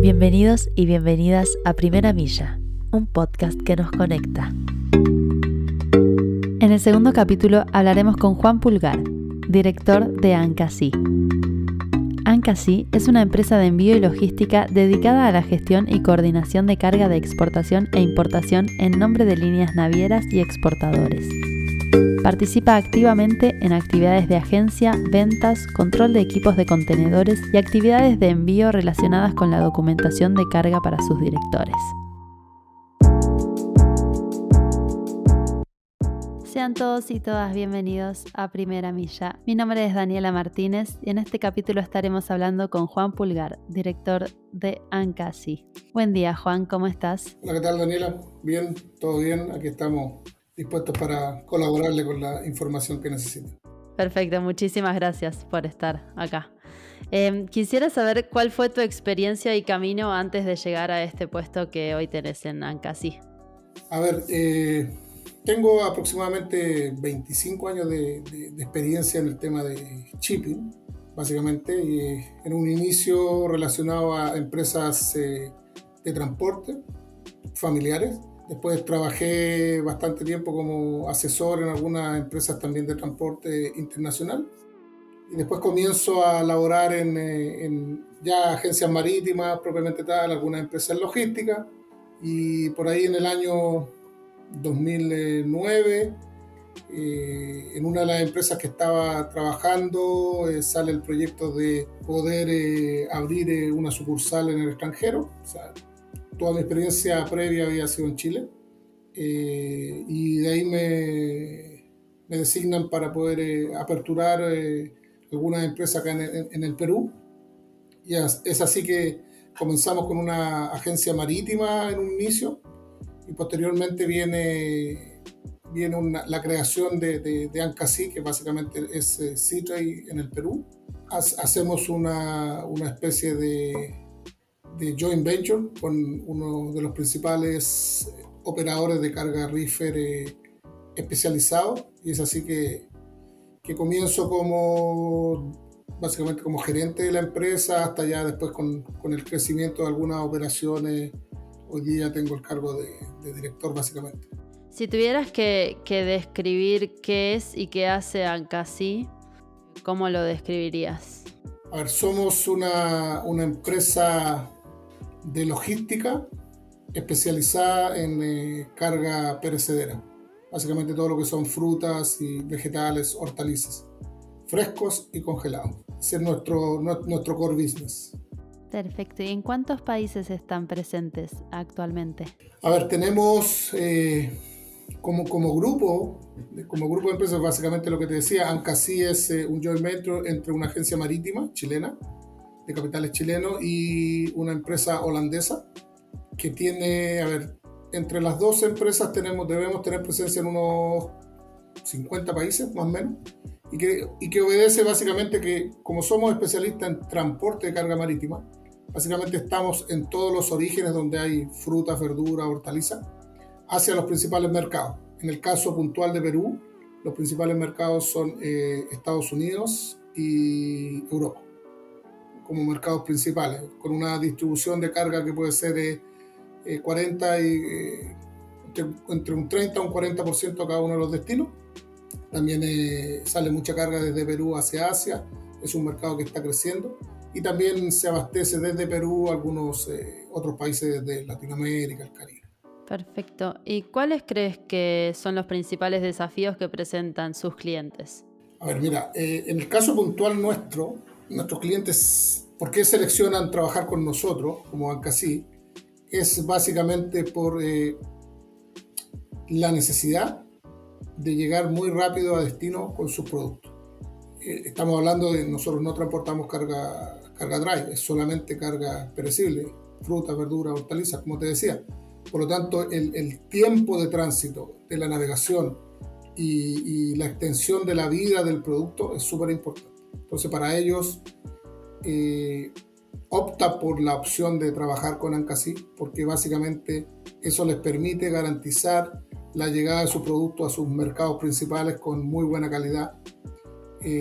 Bienvenidos y bienvenidas a Primera Milla, un podcast que nos conecta. En el segundo capítulo hablaremos con Juan Pulgar, director de Ancasí. Ancasí es una empresa de envío y logística dedicada a la gestión y coordinación de carga de exportación e importación en nombre de líneas navieras y exportadores. Participa activamente en actividades de agencia, ventas, control de equipos de contenedores y actividades de envío relacionadas con la documentación de carga para sus directores. Sean todos y todas bienvenidos a Primera Milla. Mi nombre es Daniela Martínez y en este capítulo estaremos hablando con Juan Pulgar, director de Ancasí. Buen día, Juan, ¿cómo estás? Hola, ¿qué tal, Daniela? Bien, todo bien. Aquí estamos dispuestos para colaborarle con la información que necesite. Perfecto, muchísimas gracias por estar acá. Quisiera saber cuál fue tu experiencia y camino antes de llegar a este puesto que hoy tenés en Ancasí. A ver, tengo aproximadamente 25 años de experiencia en el tema de shipping, básicamente, y en un inicio relacionado a empresas de transporte familiares. Después trabajé bastante tiempo como asesor en algunas empresas también de transporte internacional. Y después comienzo a laborar en ya agencias marítimas, propiamente tal, algunas empresas logísticas. Y por ahí en el año 2009, en una de las empresas que estaba trabajando, sale el proyecto de poder abrir una sucursal en el extranjero. O sea, toda mi experiencia previa había sido en Chile, y de ahí me designan para poder aperturar algunas empresas acá en el Perú. Y es así que comenzamos con una agencia marítima en un inicio y posteriormente viene la creación de Ancasí, que básicamente es Seatrade en el Perú. Hacemos una especie de joint venture con uno de los principales operadores de carga reefer especializados, y es así que comienzo básicamente como gerente de la empresa, hasta ya después con el crecimiento de algunas operaciones. Hoy día tengo el cargo de director, básicamente. Si tuvieras que describir qué es y qué hace Ancasí, ¿cómo lo describirías? A ver, somos una empresa de logística especializada en carga perecedera. Básicamente todo lo que son frutas y vegetales, hortalizas, frescos y congelados. Ese es nuestro core business. Perfecto. ¿Y en cuántos países están presentes actualmente? A ver, tenemos como grupo de empresas, básicamente lo que te decía, Ancasí es un joint venture entre una agencia marítima chilena, de capitales chilenos, y una empresa holandesa que tiene, a ver, entre las dos empresas debemos tener presencia en unos 50 países, más o menos, y que obedece básicamente que, como somos especialistas en transporte de carga marítima, básicamente estamos en todos los orígenes donde hay frutas, verduras, hortalizas, hacia los principales mercados. En el caso puntual de Perú, los principales mercados son Estados Unidos y Europa, como mercados principales, con una distribución de carga que puede ser 40 entre un 30 a un 40% a cada uno de los destinos. También sale mucha carga desde Perú hacia Asia, es un mercado que está creciendo, y también se abastece desde Perú a algunos otros países de Latinoamérica, el Caribe. Perfecto. ¿Y cuáles crees que son los principales desafíos que presentan sus clientes? A ver, mira, en el caso puntual nuestros clientes, ¿por qué seleccionan trabajar con nosotros como Ancasí? Es básicamente por la necesidad de llegar muy rápido a destino con sus productos. Estamos hablando de nosotros no transportamos carga dry, es solamente carga perecible, frutas, verduras, hortalizas, como te decía. Por lo tanto, el tiempo de tránsito de la navegación y la extensión de la vida del producto es súper importante. Entonces, para ellos opta por la opción de trabajar con Ancasí, porque básicamente eso les permite garantizar la llegada de su producto a sus mercados principales con muy buena calidad,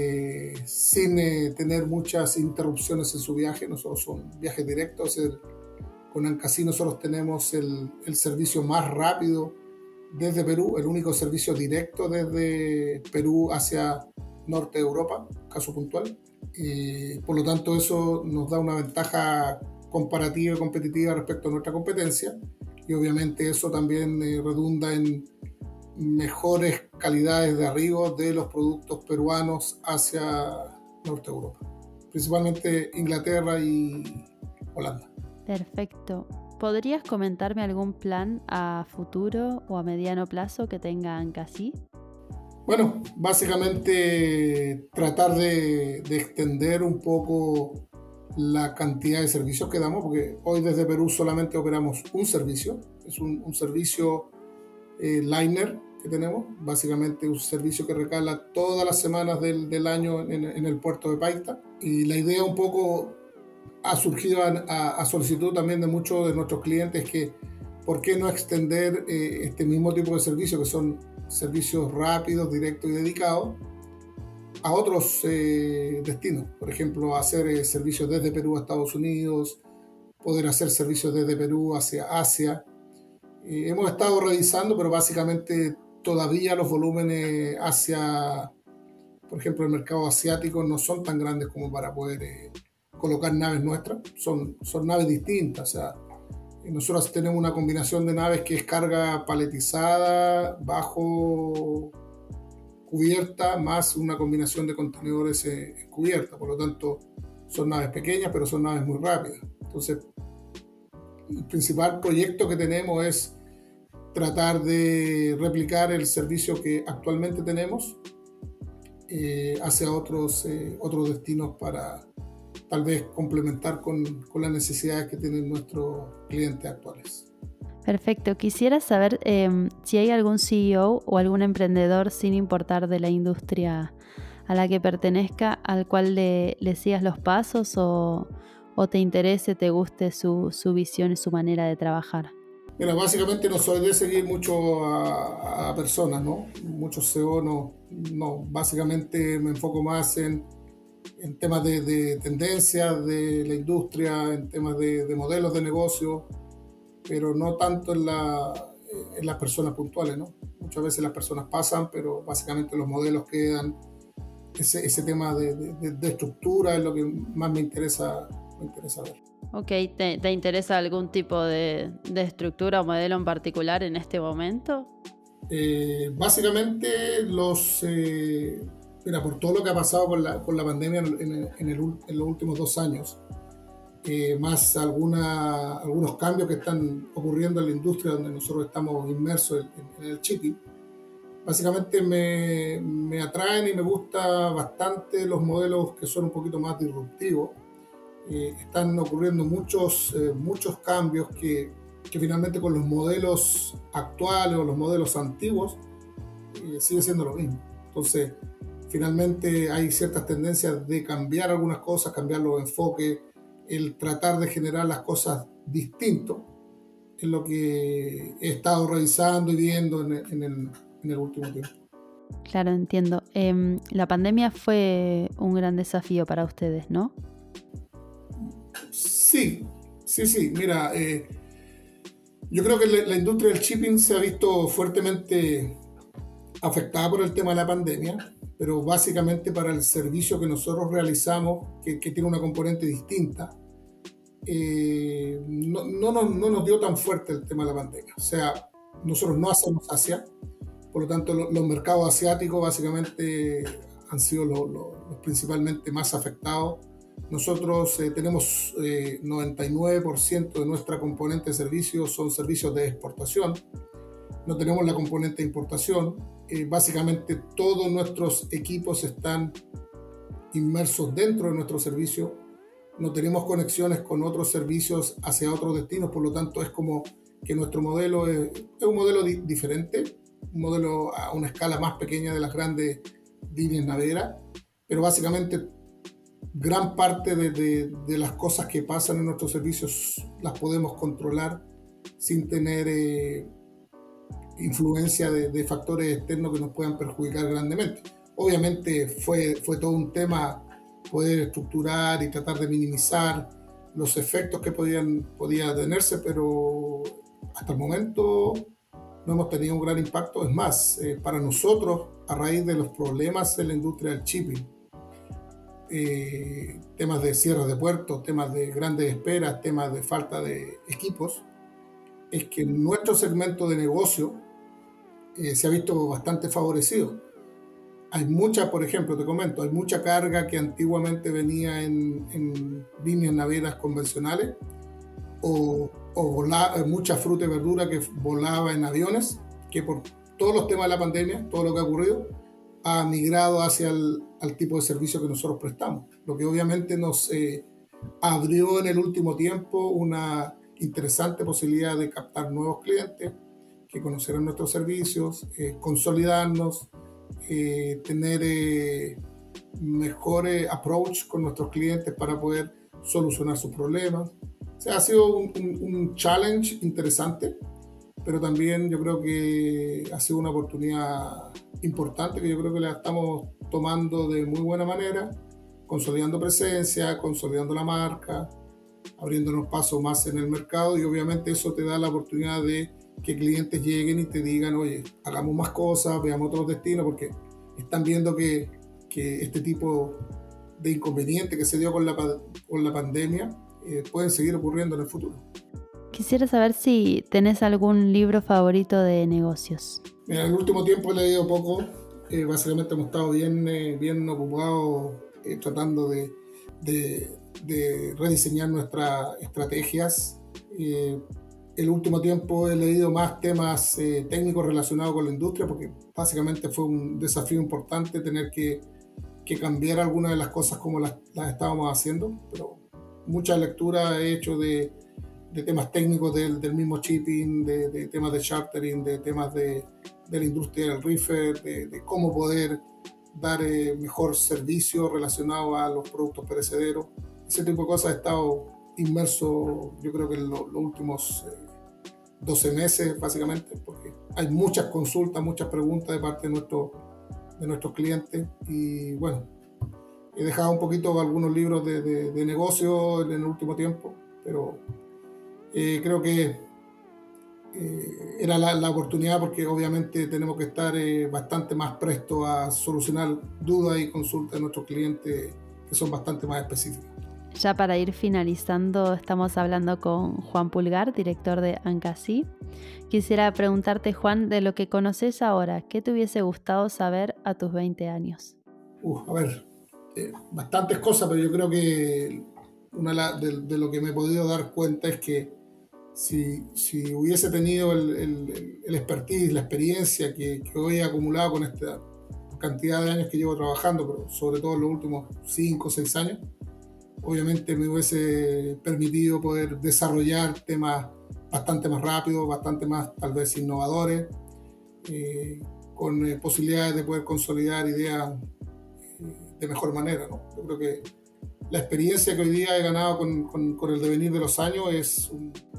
sin tener muchas interrupciones en su viaje. Nosotros son viajes directos, Con Ancasí nosotros tenemos el servicio más rápido desde Perú, el único servicio directo desde Perú hacia norte de Europa, caso puntual. Por lo tanto, eso nos da una ventaja comparativa y competitiva respecto a nuestra competencia, y obviamente eso también redunda en mejores calidades de arribo de los productos peruanos hacia norte de Europa, principalmente Inglaterra y Holanda. Perfecto. ¿Podrías comentarme algún plan a futuro o a mediano plazo que tenga Ancasí? Bueno, básicamente tratar de extender un poco la cantidad de servicios que damos, porque hoy desde Perú solamente operamos un servicio, es un servicio liner que tenemos, básicamente un servicio que recala todas las semanas del año en el puerto de Paita, y la idea un poco ha surgido a solicitud también de muchos de nuestros clientes que por qué no extender este mismo tipo de servicios, que son servicios rápidos, directos y dedicados, a otros destinos. Por ejemplo, hacer servicios desde Perú a Estados Unidos, poder hacer servicios desde Perú hacia Asia. Hemos estado revisando, pero básicamente todavía los volúmenes hacia, por ejemplo, el mercado asiático no son tan grandes como para poder colocar naves nuestras. Son naves distintas. O sea, nosotros tenemos una combinación de naves que es carga paletizada, bajo cubierta, más una combinación de contenedores en cubierta. Por lo tanto, son naves pequeñas, pero son naves muy rápidas. Entonces, el principal proyecto que tenemos es tratar de replicar el servicio que actualmente tenemos hacia otros destinos para tal vez complementar con las necesidades que tienen nuestros clientes actuales. Perfecto. Quisiera saber si hay algún CEO o algún emprendedor, sin importar de la industria a la que pertenezca, al cual le sigas los pasos o te interese, te guste su visión y su manera de trabajar. Mira, básicamente no soy de seguir mucho a personas, ¿no? Muchos CEO no. Básicamente me enfoco más en temas de tendencias de la industria, en temas de modelos de negocio, pero no tanto en las personas puntuales, ¿no? Muchas veces las personas pasan, pero básicamente los modelos quedan. Ese tema de estructura es lo que más me interesa ver. Ok, ¿te interesa algún tipo de estructura o modelo en particular en este momento? Básicamente mira, por todo lo que ha pasado con la pandemia en los últimos 2 años, más algunos cambios que están ocurriendo en la industria donde nosotros estamos inmersos en el shipping, básicamente me atraen y me gusta bastante los modelos que son un poquito más disruptivos. Están ocurriendo muchos cambios que finalmente con los modelos actuales o los modelos antiguos sigue siendo lo mismo. Entonces, finalmente hay ciertas tendencias de cambiar algunas cosas, cambiar los enfoques, el tratar de generar las cosas distinto, es lo que he estado revisando y viendo en el último tiempo. Claro, entiendo. La pandemia fue un gran desafío para ustedes, ¿no? Sí. Mira, yo creo que la industria del shipping se ha visto fuertemente afectada por el tema de la pandemia, pero básicamente para el servicio que nosotros realizamos, que tiene una componente distinta, no nos dio tan fuerte el tema de la pandemia. O sea, nosotros no hacemos Asia, por lo tanto los mercados asiáticos básicamente han sido los principalmente más afectados. Nosotros tenemos 99% de nuestra componente de servicios son servicios de exportación, no tenemos la componente de importación. Básicamente todos nuestros equipos están inmersos dentro de nuestro servicio, no tenemos conexiones con otros servicios hacia otros destinos, por lo tanto es como que nuestro modelo es un modelo diferente, un modelo a una escala más pequeña de las grandes líneas navieras, pero básicamente gran parte de las cosas que pasan en nuestros servicios las podemos controlar sin tener influencia de factores externos que nos puedan perjudicar grandemente. Obviamente fue todo un tema poder estructurar y tratar de minimizar los efectos que podía tenerse, pero hasta el momento no hemos tenido un gran impacto. Es más, para nosotros, a raíz de los problemas en la industria del shipping, temas de cierre de puertos, temas de grandes esperas, temas de falta de equipos, es que nuestro segmento de negocio se ha visto bastante favorecido. Hay mucha, por ejemplo, te comento, hay mucha carga que antiguamente venía en líneas navieras convencionales o mucha fruta y verdura que volaba en aviones, que por todos los temas de la pandemia, todo lo que ha ocurrido, ha migrado hacia al tipo de servicio que nosotros prestamos, lo que obviamente nos abrió en el último tiempo una interesante posibilidad de captar nuevos clientes que conocieran nuestros servicios, consolidarnos, tener mejor approach con nuestros clientes para poder solucionar sus problemas. O sea, ha sido un challenge interesante, pero también yo creo que ha sido una oportunidad importante que yo creo que la estamos tomando de muy buena manera, consolidando presencia, consolidando la marca, abriéndonos paso más en el mercado, y obviamente eso te da la oportunidad de que clientes lleguen y te digan, oye, hagamos más cosas, veamos otros destinos, porque están viendo que este tipo de inconveniente que se dio con la pandemia pueden seguir ocurriendo en el futuro. Quisiera saber si tenés algún libro favorito de negocios. Mira, en el último tiempo he leído poco, básicamente hemos estado bien ocupados tratando de rediseñar nuestras estrategias. El último tiempo he leído más temas técnicos relacionados con la industria, porque básicamente fue un desafío importante tener que cambiar algunas de las cosas como las estábamos haciendo, pero mucha lectura he hecho de temas técnicos del mismo shipping, de temas de chartering, de temas de la industria del reefer, de cómo poder dar mejor servicio relacionado a los productos perecederos. Ese tipo de cosas he estado inmerso, yo creo que en los últimos 12 meses básicamente, porque hay muchas consultas, muchas preguntas de parte de nuestros clientes, y bueno, he dejado un poquito algunos libros de negocio en el último tiempo, pero creo que era la oportunidad, porque obviamente tenemos que estar bastante más prestos a solucionar dudas y consultas de nuestros clientes que son bastante más específicas. Ya para ir finalizando, estamos hablando con Juan Pulgar, director de Ancasí. Quisiera preguntarte, Juan, de lo que conoces ahora, ¿qué te hubiese gustado saber a tus 20 años? A ver, bastantes cosas, pero yo creo que una de lo que me he podido dar cuenta es que si hubiese tenido el expertise, la experiencia que hoy he acumulado con esta cantidad de años que llevo trabajando, pero sobre todo en los últimos 5 o 6 años, obviamente me hubiese permitido poder desarrollar temas bastante más rápidos, bastante más tal vez innovadores, con posibilidades de poder consolidar ideas de mejor manera, ¿no? Yo creo que la experiencia que hoy día he ganado con el devenir de los años es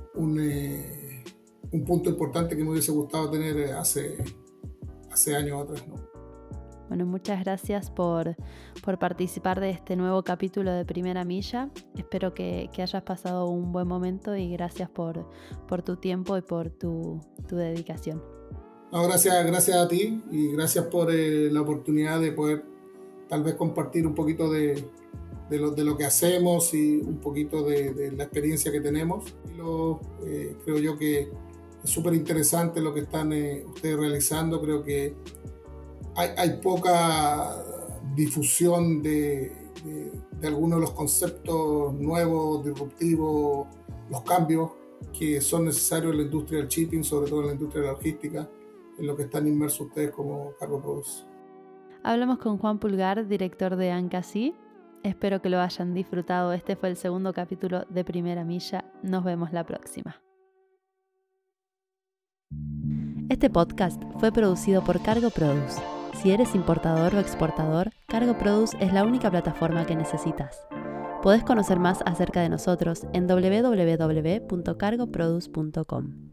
un punto importante que me hubiese gustado tener hace años atrás, ¿no? Bueno, muchas gracias por participar de este nuevo capítulo de Primera Milla. Espero que hayas pasado un buen momento, y gracias por tu tiempo y por tu dedicación. No, gracias a ti, y gracias por la oportunidad de poder tal vez compartir un poquito de lo que hacemos y un poquito de la experiencia que tenemos. Creo yo que es súper interesante lo que están ustedes realizando. Creo que hay poca difusión de algunos de los conceptos nuevos, disruptivos, los cambios que son necesarios en la industria del shipping, sobre todo en la industria de la logística, en lo que están inmersos ustedes como Cargo Produce. Hablamos con Juan Pulgar, director de Ancasí. Espero que lo hayan disfrutado. Este fue el segundo capítulo de Primera Milla. Nos vemos la próxima. Este podcast fue producido por Cargo Produce. Si eres importador o exportador, Cargo Produce es la única plataforma que necesitas. Podés conocer más acerca de nosotros en www.cargoproduce.com.